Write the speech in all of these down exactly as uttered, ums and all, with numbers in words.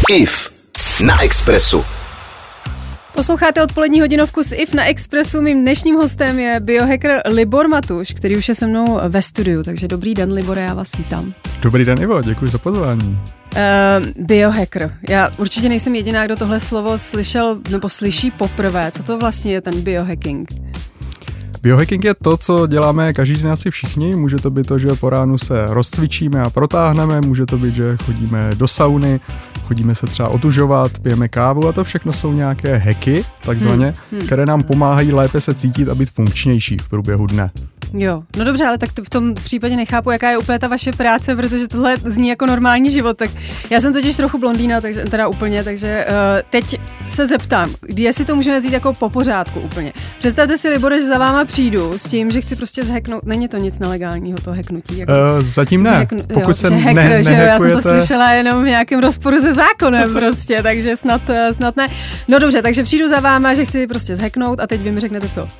I F na Expressu. Posloucháte odpolední hodinovku s I F na Expressu. Mým dnešním hostem je biohacker Libor Matuš, který už je se mnou ve studiu. Takže dobrý den, Libore, já vás vítám. Dobrý den, Ivo, děkuji za pozvání. Uh, biohacker. Já určitě nejsem jediná, kdo tohle slovo slyšel nebo slyší poprvé. Co to vlastně je ten biohacking? Biohacking je to, co děláme každý den asi všichni. Může to být to, že po ránu se rozcvičíme a protáhneme, může to být, že chodíme do sauny, chodíme se třeba otužovat, pijeme kávu a to všechno jsou nějaké hacky, takzvaně, hmm. Hmm. které nám pomáhají lépe se cítit a být funkčnější v průběhu dne. Jo, no dobře, ale tak v tom případě nechápu, jaká je úplně ta vaše práce, protože tohle zní jako normální život. Tak já jsem totiž trochu blondýna, takže teda úplně, takže uh, teď se zeptám, jestli to můžeme vzít jako po pořádku úplně. Představte si, Libore, že za váma přijdu s tím, že chci prostě zhacknout, není to nic nelegálního, to hacknutí. Jako uh, zatím ne, zhacknu, pokud jo, se hacker, ne, že jo, já jsem to slyšela jenom v nějakém rozporu se zákonem prostě, takže snad, snad ne. No dobře, takže přijdu za váma, že chci prostě zhacknout a teď vy mi řeknete co.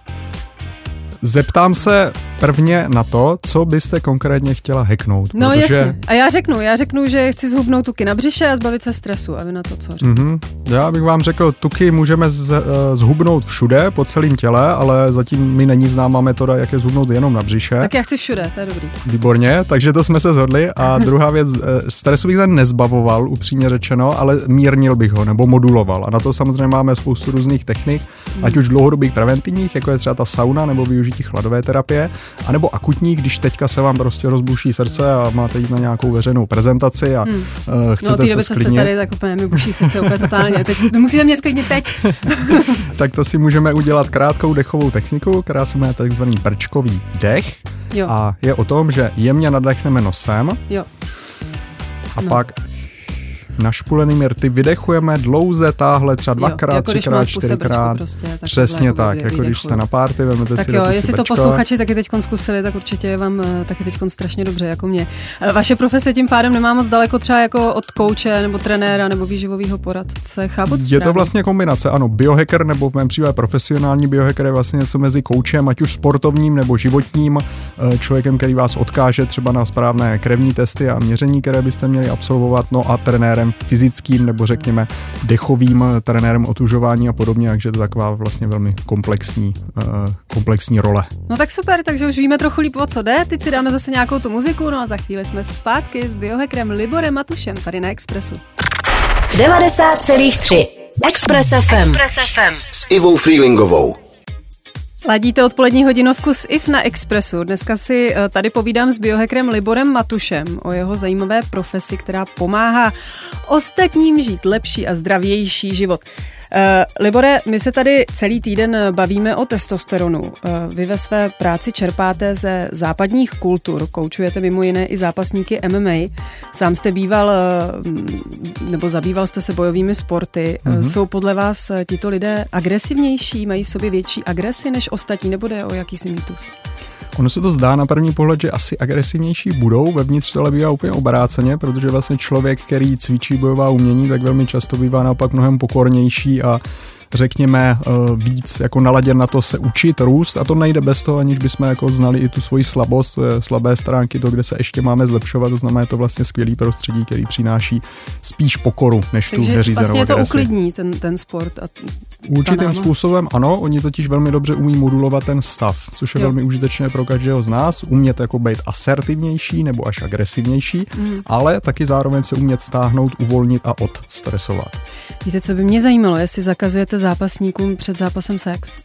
Zeptám se prvně na to, co byste konkrétně chtěla hacknout. No protože... jasně. A já řeknu, já řeknu, že chci zhubnout tuky na břiše a zbavit se stresu. A vy na to co řeknu? Mm-hmm. Já bych vám řekl, tuky můžeme z, zhubnout všude, po celém těle, ale zatím mi není známá metoda, jak je zhubnout jenom na břiše. Tak já chci všude, to je dobrý. Výborně, takže to jsme se shodli. A druhá věc, stresu bych se nezbavoval, upřímně řečeno, ale mírnil bych ho nebo moduloval. A na to samozřejmě máme spoustu různých technik, mm. ať už dlouhodobých preventivních, jako je třeba ta sauna nebo využití chladové terapie, anebo akutní, když teďka se vám prostě rozbuší srdce a máte jít na nějakou veřejnou prezentaci a hmm. uh, chcete no, se sklidnit. No, tady, tak úplně mi buší srdce úplně totálně. Teď, musíte mě sklidnit teď. Tak to si můžeme udělat krátkou dechovou techniku, která se jmenuje takzvaný brčkový dech. Jo. A je o tom, že jemně nadechneme nosem jo. a no. pak našpulenými rty vydechujeme dlouze, táhle třeba dvakrát, jako třikrát, čtyřikrát. Prostě, tak přesně tak, jako když jste na party, vezmete tak si jo, do jestli to posluchači taky teď zkusili, tak určitě je vám taky teď strašně dobře, jako mě. Vaše profese tím pádem nemá moc daleko třeba jako od kouče nebo trenéra nebo výživového poradce, chápu to Je to vlastně kombinace, ano, biohacker nebo v mém případě profesionální biohacker je vlastně něco mezi koučem, ať už sportovním nebo životním, člověkem, který vás odkáže třeba na správné krevní testy a měření, které byste měli absolvovat, no a trenérem fyzickým nebo řekněme dechovým trenérem otužování a podobně, takže to je taková vlastně velmi komplexní, uh, komplexní role. No tak super, takže už víme trochu líp, o co jde, teď si dáme zase nějakou tu muziku, no a za chvíli jsme zpátky s biohackerem Liborem Matušem tady na Expressu. devadesát celá tři Express F M. Express F M s Ivou Freelingovou. Ladíte odpolední hodinovku s I F na Expressu. Dneska si tady povídám s biohackerem Liborem Matušem o jeho zajímavé profesi, která pomáhá ostatním žít lepší a zdravější život. Uh, Libore, my se tady celý týden bavíme o testosteronu. Uh, vy ve své práci čerpáte ze západních kultur, koučujete mimo jiné i zápasníky M M A. Sám jste býval, uh, nebo zabýval jste se bojovými sporty. Mm-hmm. Uh, jsou podle vás tito lidé agresivnější, mají v sobě větší agresi než ostatní, nebo jde o jakýsi mýtus? Ono se to zdá na první pohled, že asi agresivnější budou, vevnitř to ale bývá úplně obráceně, protože vlastně člověk, který cvičí bojová umění, tak velmi často bývá naopak mnohem pokornější a řekněme víc jako naladěn na to se učit, růst a to nejde bez toho, aniž bychom jako znali i tu svoji slabost, slabé stránky, to, kde se ještě máme zlepšovat, to znamená, je to vlastně skvělý prostředí, který přináší spíš pokoru, než takže tu neřízenou vlastně agresi. je to uklidní ten, ten sport. A určitým způsobem ano, oni totiž velmi dobře umí modulovat ten stav, což je jo. velmi užitečné pro každého z nás, umět jako být asertivnější nebo až agresivnější, mm. ale taky zároveň se umět stáhnout, uvolnit a odstresovat. Víte, co by mě zajímalo, jestli zakazujete zápasníkům před zápasem sex?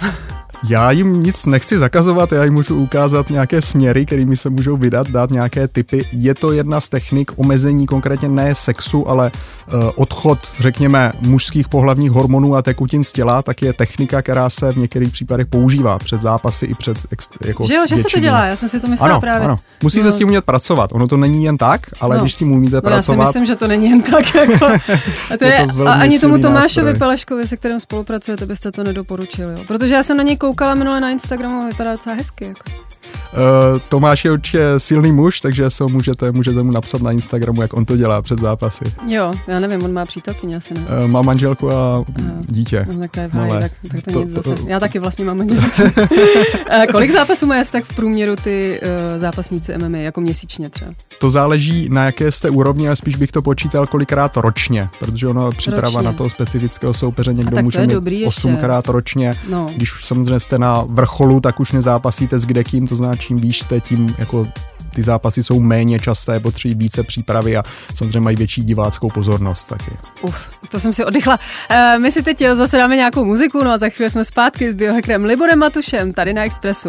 Já jim nic nechci zakazovat, já jim můžu ukázat nějaké směry, kterými se můžou vydat, dát nějaké tipy. Je to jedna z technik omezení konkrétně ne sexu, ale uh, odchod, řekněme, mužských pohlavních hormonů a tekutin z těla, tak je technika, která se v některých případech používá před zápasy i před ex, jako že jo, že se to dělá, já jsem si to myslela ano, právě. Ano, musí no. se s tím umět pracovat, ono to není jen tak, ale no. když s tím umíte no, pracovat. Já si myslím, že to není jen tak. Jako. A, to je, je to a ani tomu Tomášovi nástroj. Peleškovi, se kterým spolupracujete, byste to nedoporučili, jo? Protože já jsem na něj koukala minule na Instagramu a vypadá docela hezky. Jako. Uh, Tomáš je určitě silný muž, takže se ho můžete, můžete mu napsat na Instagramu, jak on to dělá před zápasy. Jo, já nevím, on má přítelkyně asi, ne? Uh, má manželku a uh, dítě. No, tak to je v háji, tak, tak to, to nic to, zase. Já taky vlastně mám manželku. uh, kolik zápasů mají tak v průměru ty uh, zápasníci M M A, jako měsíčně třeba? To záleží, na jaké jste úrovni, ale spíš bych to počítal kolikrát ročně, protože ono příprava ročně. Na toho specifického soupeře někdo může mít osmkrát ročně. No. Když samozřejmě jste na vrcholu, tak už nezápasíte s kdekým, to znamená, čím výš jste, tím jako ty zápasy jsou méně časté, potřebují více přípravy a samozřejmě mají větší diváckou pozornost taky. Uf, to jsem si oddychla. E, my si teď zase dáme nějakou muziku, no a za chvíli jsme zpátky s biohackerem Liborem Matušem, tady na Expressu.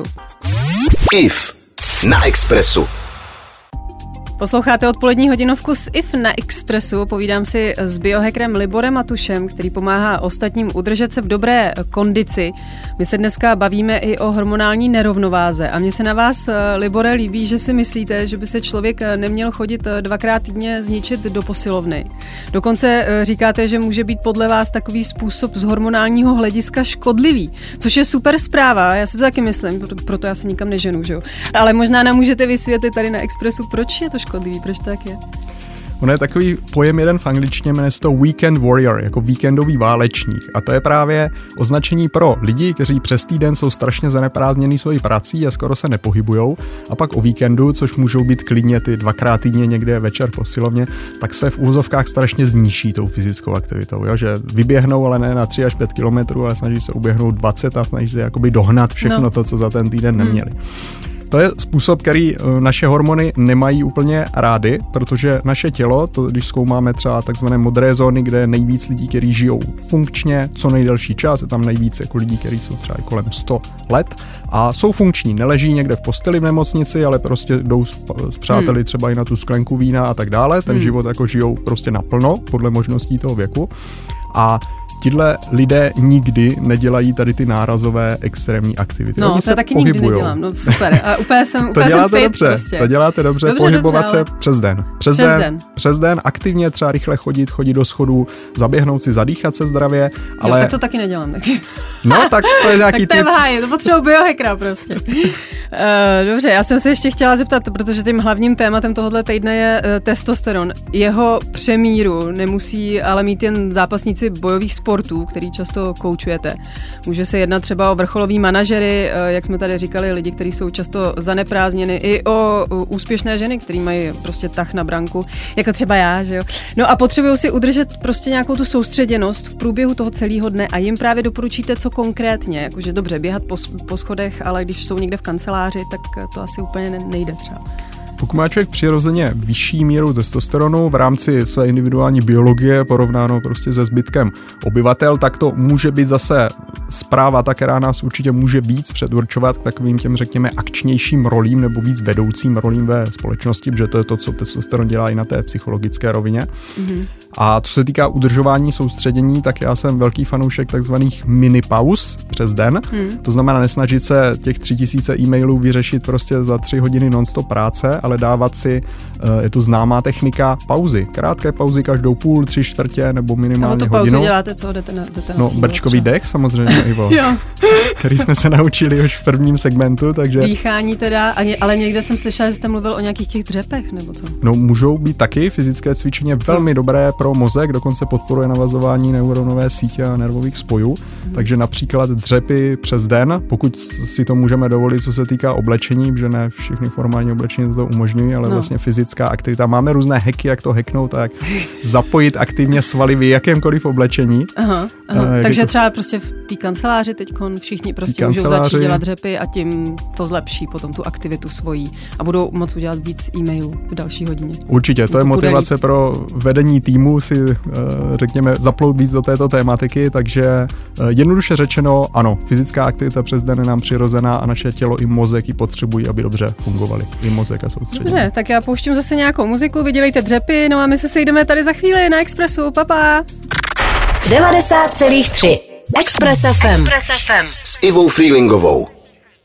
I F na Expressu. Posloucháte odpolední hodinovku s I F na Expressu. Povídám si s biohackerem Liborem Matušem, který pomáhá ostatním udržet se v dobré kondici. My se dneska bavíme i o hormonální nerovnováze a mně se na vás, Libore, líbí, že si myslíte, že by se člověk neměl chodit dvakrát týdně zničit do posilovny. Dokonce říkáte, že může být podle vás takový způsob z hormonálního hlediska škodlivý, což je super zpráva, já si to taky myslím, proto já se nikam neženu, že jo. Ale možná nám můžete vysvětlit tady na Expressu, proč je to škodlivý, proč to tak je? Ono je takový pojem jeden v angličtině, jmenuje se to weekend warrior, jako víkendový válečník. A to je právě označení pro lidi, kteří přes týden jsou strašně zaneprázdněný svojí prací a skoro se nepohybujou. A pak o víkendu, což můžou být klidně ty dvakrát týdně někde večer po silovně, tak se v úvozovkách strašně zničí tou fyzickou aktivitou. Jo? Že vyběhnou, ale ne na tři až pět kilometrů, ale snaží se uběhnout dvacet a snaží se jakoby dohnat všechno no. to, co za ten týden neměli. Hmm. To je způsob, který naše hormony nemají úplně rády, protože naše tělo, to když zkoumáme třeba takzvané modré zóny, kde je nejvíc lidí, kteří žijou funkčně, co nejdelší čas, je tam nejvíc jako lidí, kteří jsou třeba kolem sto let a jsou funkční, neleží někde v posteli v nemocnici, ale prostě jdou s, s přáteli hmm. třeba i na tu sklenku vína a tak dále, ten hmm. život jako žijou prostě naplno, podle možností toho věku a tihle lidé nikdy nedělají tady ty nárazové extrémní aktivity. No, Oni to taky nikdy nedělám, no super. A úplně jsem, úplně to děláte jsem fit dobře, prostě. To děláte dobře, dobře pohybovat dobře, ale... se přes den. Přes, přes den, den. Přes den aktivně třeba rychle chodit, chodit do schodů, zaběhnout si, zadýchat se zdravě, ale... Jo, tak to taky nedělám. Tak... No, tak to je nějaký tak to je v háji, to potřebuji biohackera prostě. uh, dobře, já jsem se ještě chtěla zeptat, protože tím hlavním tématem tohohle týdne je uh, testosteron. Jeho přemíru nemusí ale mít jen zápasníci bojových sportů, který často koučujete. Může se jednat třeba o vrcholový manažery, jak jsme tady říkali, lidi, kteří jsou často zaneprázdněni, i o úspěšné ženy, který mají prostě tah na branku, jako třeba já, že jo. No a potřebují si udržet prostě nějakou tu soustředěnost v průběhu toho celého dne a jim právě doporučíte, co konkrétně, jakože dobře, běhat po, po schodech, ale když jsou někde v kanceláři, tak to asi úplně nejde třeba. Pokud má člověk přirozeně vyšší míru testosteronu v rámci své individuální biologie porovnáno prostě se zbytkem obyvatel, tak to může být zase zpráva, ta, která nás určitě může víc předurčovat k takovým těm, řekněme, akčnějším rolím nebo víc vedoucím rolím ve společnosti, protože to je to, co testosteron dělá i na té psychologické rovině. Mm-hmm. A co se týká udržování soustředění, tak já jsem velký fanoušek takzvaných mini pauz přes den. Hmm. To znamená nesnažit se těch tři tisíce e-mailů vyřešit prostě za tři hodiny non-stop práce, ale dávat si, je to známá technika, pauzy. Krátké pauzy každou půl, tři čtvrtě nebo minimálně hodinu. A tu pauzu děláte co? Jdete na, jdete na no, brčkový dech samozřejmě, Ivo, který jsme se naučili už v prvním segmentu. Takže... Dýchání teda, ale někde jsem slyšela, že jste mluvil o nějakých těch dřepech, nebo co? No, můžou být taky fyzické cvičení velmi no. dobré pro mozek, dokonce podporuje navazování neuronové sítě a nervových spojů. Hmm. Takže například dřepy přes den, pokud si to můžeme dovolit, co se týká oblečení, protože ne všechny formální oblečení to umožňují, ale no. vlastně fyzická aktivita. Máme různé hacky, jak to hacknout a jak zapojit aktivně svaly v jakémkoliv oblečení. Aha, aha. Uh, Takže to... třeba prostě v té kanceláři teďkon všichni prostě můžou začít dělat dřepy a tím to zlepší potom tu aktivitu svojí a budou moct udělat víc e-mailů v další hodině. Určitě, to je motivace pro vedení týmu si, řekněme, zaplout víc do této tématiky, takže jednoduše řečeno, ano, fyzická aktivita přes den je nám přirozená a naše tělo i mozek ji potřebují, aby dobře fungovaly. I mozek a soustředění. Dobře, tak já pouštím zase nějakou muziku, vydělejte dřepy, no a my se sejdeme tady za chvíli na Expressu. Pa, pa. devadesát celá tři Express ef em. Express ef em s Ivou Freelingovou.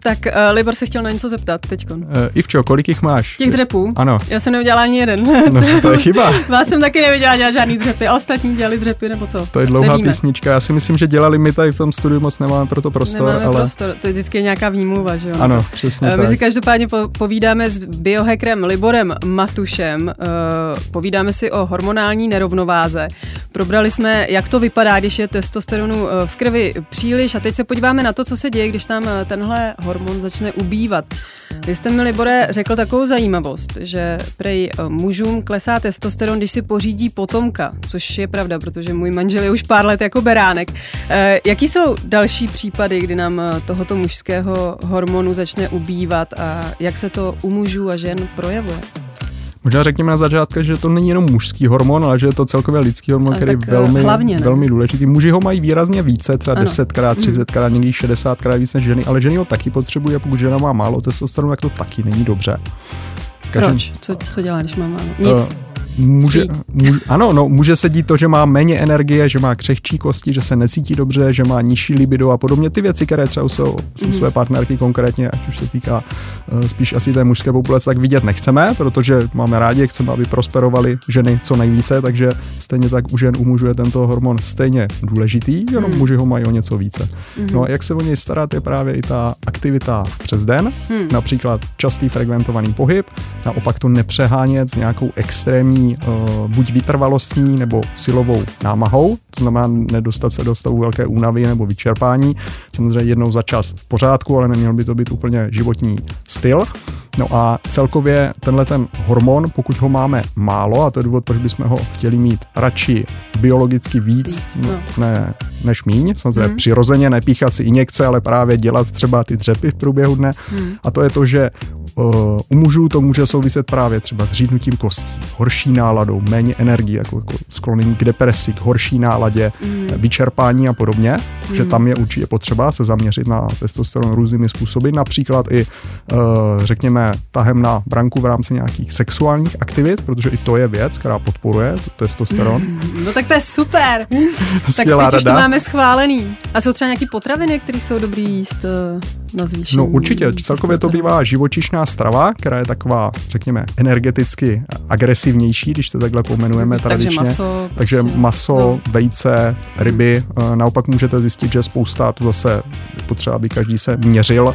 Tak uh, Libor se chtěl na něco zeptat teďkon. Uh, Ivčo, kolik jich máš? Těch dřepů? Ano. Já jsem neudělala ani jeden. No, to je chyba. Vás jsem taky neviděla dělat žádný dřepy. A ostatní dělali dřepy, nebo co? To je dlouhá Nevíme. Písnička. Já si myslím, že dělali my tady v tom studiu, moc nemáme pro to prostor. Nemáme ale... prostor, to je vždycky nějaká výmluva, že jo? Ano, přesně My tak. si každopádně po- povídáme s biohackerem Liborem Matušem, uh, povídáme si o hormonální nerovnováze. Probrali jsme, jak to vypadá, když je testosteronu uh, v krvi příliš, a teď se podíváme na to, co se děje, když tam uh, tenhle hormon začne ubývat. Vy jste mi, Libore, řekl takovou zajímavost, že prej uh, mužům klesá testosteron, když si pořídí potomka, což je pravda, protože můj manžel je už pár let jako beránek. Uh, jaký jsou další případy, kdy nám uh, tohoto mužského hormonu začne ubývat a jak se to u mužů a žen projevuje? Možná řekněme na začátku, že to není jenom mužský hormon, ale že je to celkově lidský hormon, ale který je velmi, hlavně, velmi důležitý. Muži ho mají výrazně více, třeba ano. desetkrát, třicetkrát, někdy šedesátkrát víc než ženy, ale ženy ho taky potřebují a pokud žena má málo testosteronu, tak to taky není dobře. Každém... Proč? Co, co dělá, když má málo? Nic. Uh, Může, může, ano, no, může se dít to, že má méně energie, že má křehčí kosti, že se necítí dobře, že má nižší libido a podobně. Ty věci, které třeba jsou u své partnerky konkrétně, ať už se týká uh, spíš asi té mužské populace, tak vidět nechceme, protože máme rádi, chceme, aby prosperovaly ženy co nejvíce, takže stejně tak u žen, u mužů je tento hormon stejně důležitý, jenom hmm. muži ho mají o něco více. Hmm. No a jak se o něj starat, je právě i ta aktivita přes den, hmm. například častý frekventovaný pohyb, naopak to nepřehánět s nějakou extrémní Uh, buď vytrvalostní nebo silovou námahou, to znamená nedostat se do stavu velké únavy nebo vyčerpání. Samozřejmě jednou za čas v pořádku, ale neměl by to být úplně životní styl. No a celkově tenhle ten hormon, pokud ho máme málo, a to je důvod, proč bychom ho chtěli mít radši biologicky víc, no. ne, než míň, samozřejmě hmm. přirozeně, nepíchat si injekce, ale právě dělat třeba ty dřepy v průběhu dne. Hmm. A to je to, že uh, u mužů to může souviset právě třeba s řídnutím kostí, horší náladou, méně energie, jako, jako sklonění k depresi, k horší náladě, hmm. vyčerpání a podobně, hmm. že tam je určitě potřeba se zaměřit na testosteron různými způsoby, například i uh, řekněme tahem na branku v rámci nějakých sexuálních aktivit, protože i to je věc, která podporuje testosteron. No tak to je super. Tak teď rada. Už to máme schválený. A jsou třeba nějaké potraviny, které jsou dobrý jíst na zvýšení? No určitě. Celkově to bývá živočišná strava, která je taková, řekněme, energeticky agresivnější, když to takhle pomenujeme tradičně. Takže maso. Takže prostě. maso, no. vejce, ryby. Naopak můžete zjistit, že spousta, to zase potřeba, aby každý se měřil,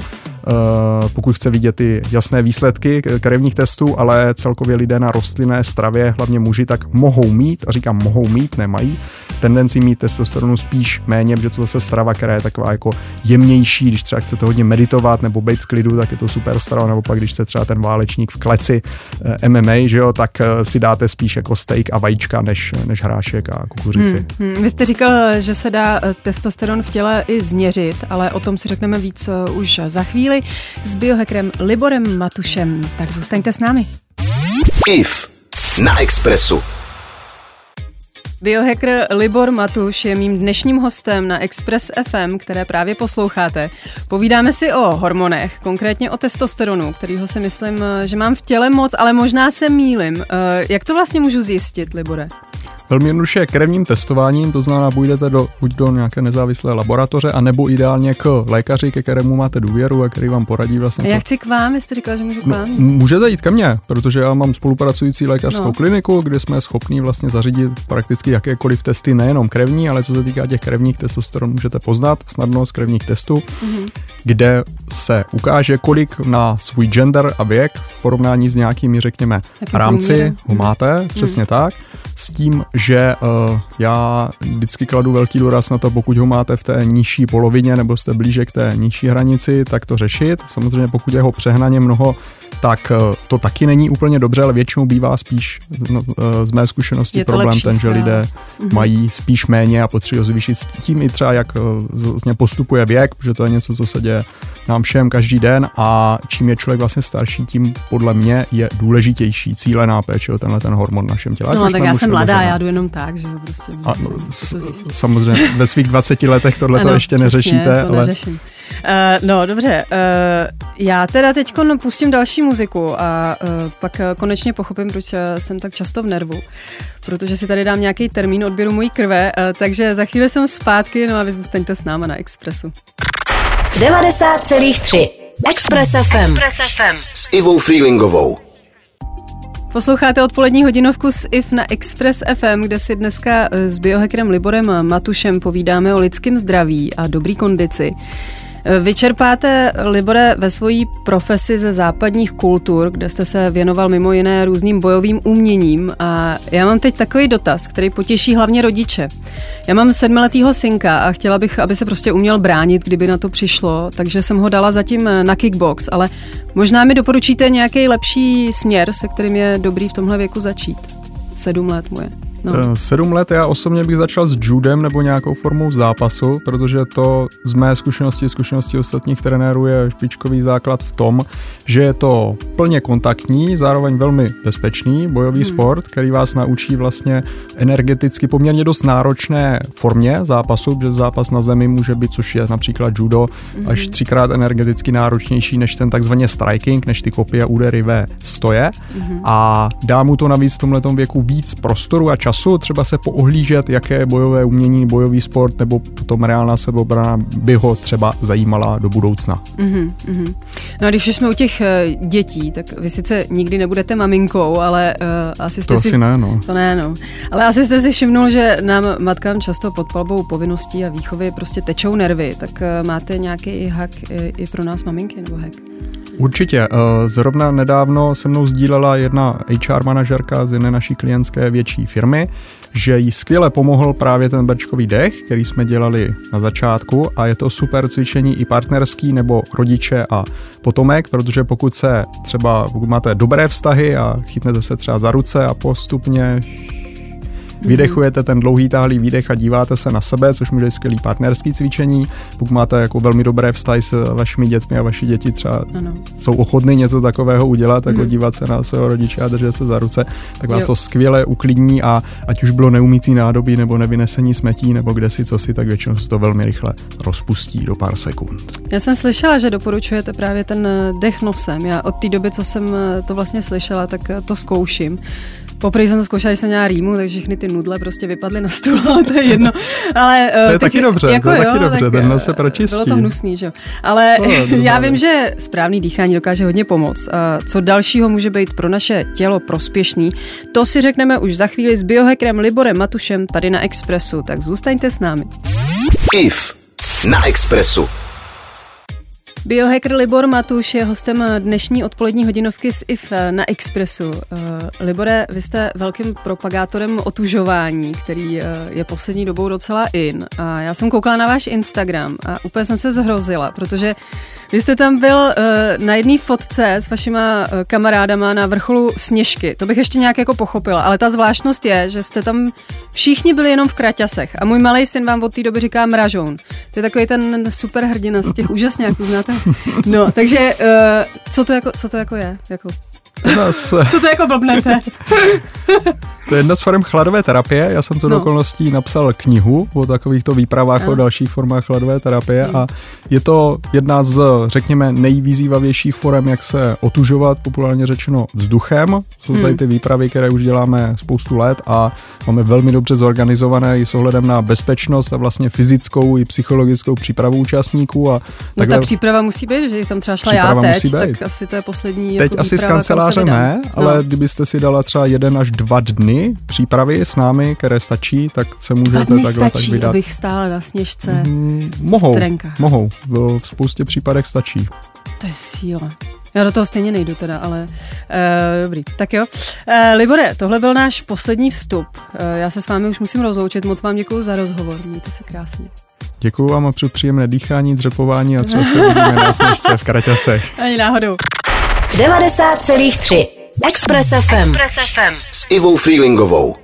pokud chce vidět ty jasné výsledky krevních testů, ale celkově lidé na rostlinné stravě, hlavně muži, tak mohou mít, a říkám mohou mít, nemají, tendenci mít testosteronu spíš méně, protože to zase strava, která je taková jako jemnější, když třeba chcete hodně meditovat nebo být v klidu, tak je to super strava, nebo pak když jste třeba ten válečník v kleci M M A, že jo, tak si dáte spíš jako steak a vajíčka, než, než hrášek a kukuřici. Hmm, hmm. Vy jste říkal, že se dá testosteron v těle i změřit, ale o tom si řekneme víc už za chvíli s biohackerem Liborem Matušem. Tak zůstaňte s námi. I F na Expressu. Biohacker Libor Matuš je mým dnešním hostem na Express F M, které právě posloucháte. Povídáme si o hormonech, konkrétně o testosteronu, kterýho si myslím, že mám v těle moc, ale možná se mýlim. Jak to vlastně můžu zjistit, Libore? Velmi jednoduše krevním testováním, to znamená, půjdete do, buď do nějaké nezávislé laboratoře, anebo ideálně k lékaři, ke kterému máte důvěru a který vám poradí vlastně. A já chci k vám, jste říkal, že můžu k vám? No, můžete jít ke mně, protože já mám spolupracující lékařskou no. kliniku, kde jsme schopní vlastně zařídit prakticky jakékoliv testy, nejenom krevní, ale co se týká těch krevních, testosteron můžete poznat snadno z krevních testů, mm-hmm. kde se ukáže, kolik na svůj gender a věk v porovnání s nějakými, řekněme, Jaký rámci průměr. ho máte, přesně mm. tak, s tím, že uh, já vždycky kladu velký důraz na to, pokud ho máte v té nižší polovině nebo jste blíže k té nižší hranici, tak to řešit. Samozřejmě pokud je ho přehnaně mnoho, tak uh, to taky není úplně dobře, ale většinou bývá spíš z, uh, z mé zkušenosti problém ten, že lidé mm-hmm. mají spíš méně a potřebují zvýšit s tím i třeba, jak uh, postupuje věk, protože to je něco, co se děje nám všem každý den a čím je člověk vlastně starší, tím podle mě je důležitější cílená péče o tenhle ten hormon v našem těle. No, tak já jsem mladá, já jdu jenom tak, že jo, prostě. A, no, s, samozřejmě, ve svých dvaceti letech tohle to ještě přesně, neřešíte. To ale... neřeším. Uh, no, dobře, uh, já teda teď pustím další muziku a uh, pak konečně pochopím, proč jsem tak často v nervu, protože si tady dám nějaký termín odběru mojí krve, uh, takže za chvíli jsem zpátky, no a vy zůstaňte s náma na Expressu. devadesát celá tři Express ef em. Express ef em. S Ivou Freelingovou. Posloucháte odpolední hodinovku s I F na Express ef em, kde si dneska s biohackerem Liborem Matušem povídáme o lidském zdraví a dobrý kondici. Vyčerpáte, Libore, ve svojí profesi ze západních kultur, kde jste se věnoval mimo jiné různým bojovým uměním, a já mám teď takový dotaz, který potěší hlavně rodiče. Já mám sedmiletýho synka a chtěla bych, aby se prostě uměl bránit, kdyby na to přišlo, takže jsem ho dala zatím na kickbox, ale možná mi doporučíte nějaký lepší směr, se kterým je dobrý v tomhle věku začít. Sedm let mu je. No. Sedm let já osobně bych začal s judem nebo nějakou formou zápasu, protože to z mé zkušenosti, zkušenosti ostatních trenérů je špičkový základ v tom, že je to plně kontaktní, zároveň velmi bezpečný bojový hmm. sport, který vás naučí vlastně energeticky poměrně dost náročné formě zápasu, protože zápas na zemi může být, což je například judo, hmm. až třikrát energeticky náročnější než ten takzvaně striking, než ty kopy a údery ve stoje, hmm. a dá mu to navíc v tomhletom věku víc prostoru a času času, třeba se poohlížet, jaké bojové umění, bojový sport nebo potom reálná sebeobrana by ho třeba zajímala do budoucna. Mm-hmm, mm-hmm. No a když už jsme u těch uh, dětí, tak vy sice nikdy nebudete maminkou, ale uh, asi jste to si... asi ne, no. To ne, no. Ale asi jste si všimnul, že nám matkám často pod palbou povinností a výchovy prostě tečou nervy, tak uh, máte nějaký hack i, i pro nás maminky, nebo hack? Určitě. Zrovna nedávno se mnou sdílela jedna há er manažerka z jedné naší klientské větší firmy, že jí skvěle pomohl právě ten brčkový dech, který jsme dělali na začátku, a je to super cvičení i partnerský nebo rodiče a potomek, protože pokud se třeba, pokud máte dobré vztahy a chytnete se třeba za ruce a postupně vydechujete ten dlouhý táhlý výdech a díváte se na sebe, což může být skvělý partnerský cvičení. Pokud máte jako velmi dobré vztahy s vašimi dětmi a vaši děti třeba ano. jsou ochotny něco takového udělat, jako mm. dívat se na svého rodiče a držet se za ruce, tak vás jo. to skvěle uklidní, a ať už bylo neumytý nádobí nebo nevynesení smetí nebo kde si co si, tak většinou se to velmi rychle rozpustí do pár sekund. Já jsem slyšela, že doporučujete právě ten dech nosem. Já od té doby, co jsem to vlastně slyšela, tak to zkouším. Poprvé jsem to zkoušela, když jsem měla rýmu, takže všechny ty nudle prostě vypadly na stůl, ale to je jedno. Ale, to je teď, taky dobře, jako to je jo, taky dobře, ten nos se pročistí. Bylo to hnusný, že jo. Ale no, já vím, že správný dýchání dokáže hodně pomoct. A co dalšího může být pro naše tělo prospěšný, to si řekneme už za chvíli s biohackerem Liborem Matušem tady na Expressu, tak zůstaňte s námi. I F na Expressu. Biohacker Libor Matuš je hostem dnešní odpolední hodinovky z I F na Expressu. Libore, vy jste velkým propagátorem otužování, který je poslední dobou docela in. A já jsem koukala na váš Instagram a úplně jsem se zhrozila, protože vy jste tam byl na jedné fotce s vašima kamarádama na vrcholu Sněžky. To bych ještě nějak jako pochopila, ale ta zvláštnost je, že jste tam všichni byli jenom v kraťasech a můj malej syn vám od té doby říká mražoun. To je takový ten super hrdina z těch úžasňáků, znáte? No, takže uh, co, to jako, co to jako je? Jako... Co to jako blbnete? To je jedna z forem chladové terapie. Já jsem to no. do okolností napsal knihu o takovýchto výpravách no. o dalších formách chladové terapie no. a je to jedna z, řekněme, nejvýzývavějších forem, jak se otužovat, populárně řečeno vzduchem. Jsou tady ty výpravy, které už děláme spoustu let a máme velmi dobře zorganizované i s ohledem na bezpečnost a vlastně fyzickou i psychologickou přípravu účastníků. A no ta příprava musí být, že jich tam třeba šla já teď, tak asi to je poslední teď jako asi výprava, z kanceláře ne, ale no. kdybyste si dala třeba jeden až dva dny přípravy s námi, které stačí, tak se můžete takhle stačí, tak vydat. Abych stála na Sněžce mm, mohou, v trenkách. Mohou, v, v spoustě případech stačí. To je síla. Já do toho stejně nejdu teda, ale uh, dobrý. Tak jo. Uh, Libore, tohle byl náš poslední vstup. Uh, já se s vámi už musím rozloučit. Moc vám děkuju za rozhovor. Mějte se krásně. Děkuju vám a přeju příjemné dýchání, dřepování a třeba se uvidíme na Sněžce v kraťasech. Ani náhodou. devadesát celá tři Express ef em. Express ef em. S Ivou Freelingovou.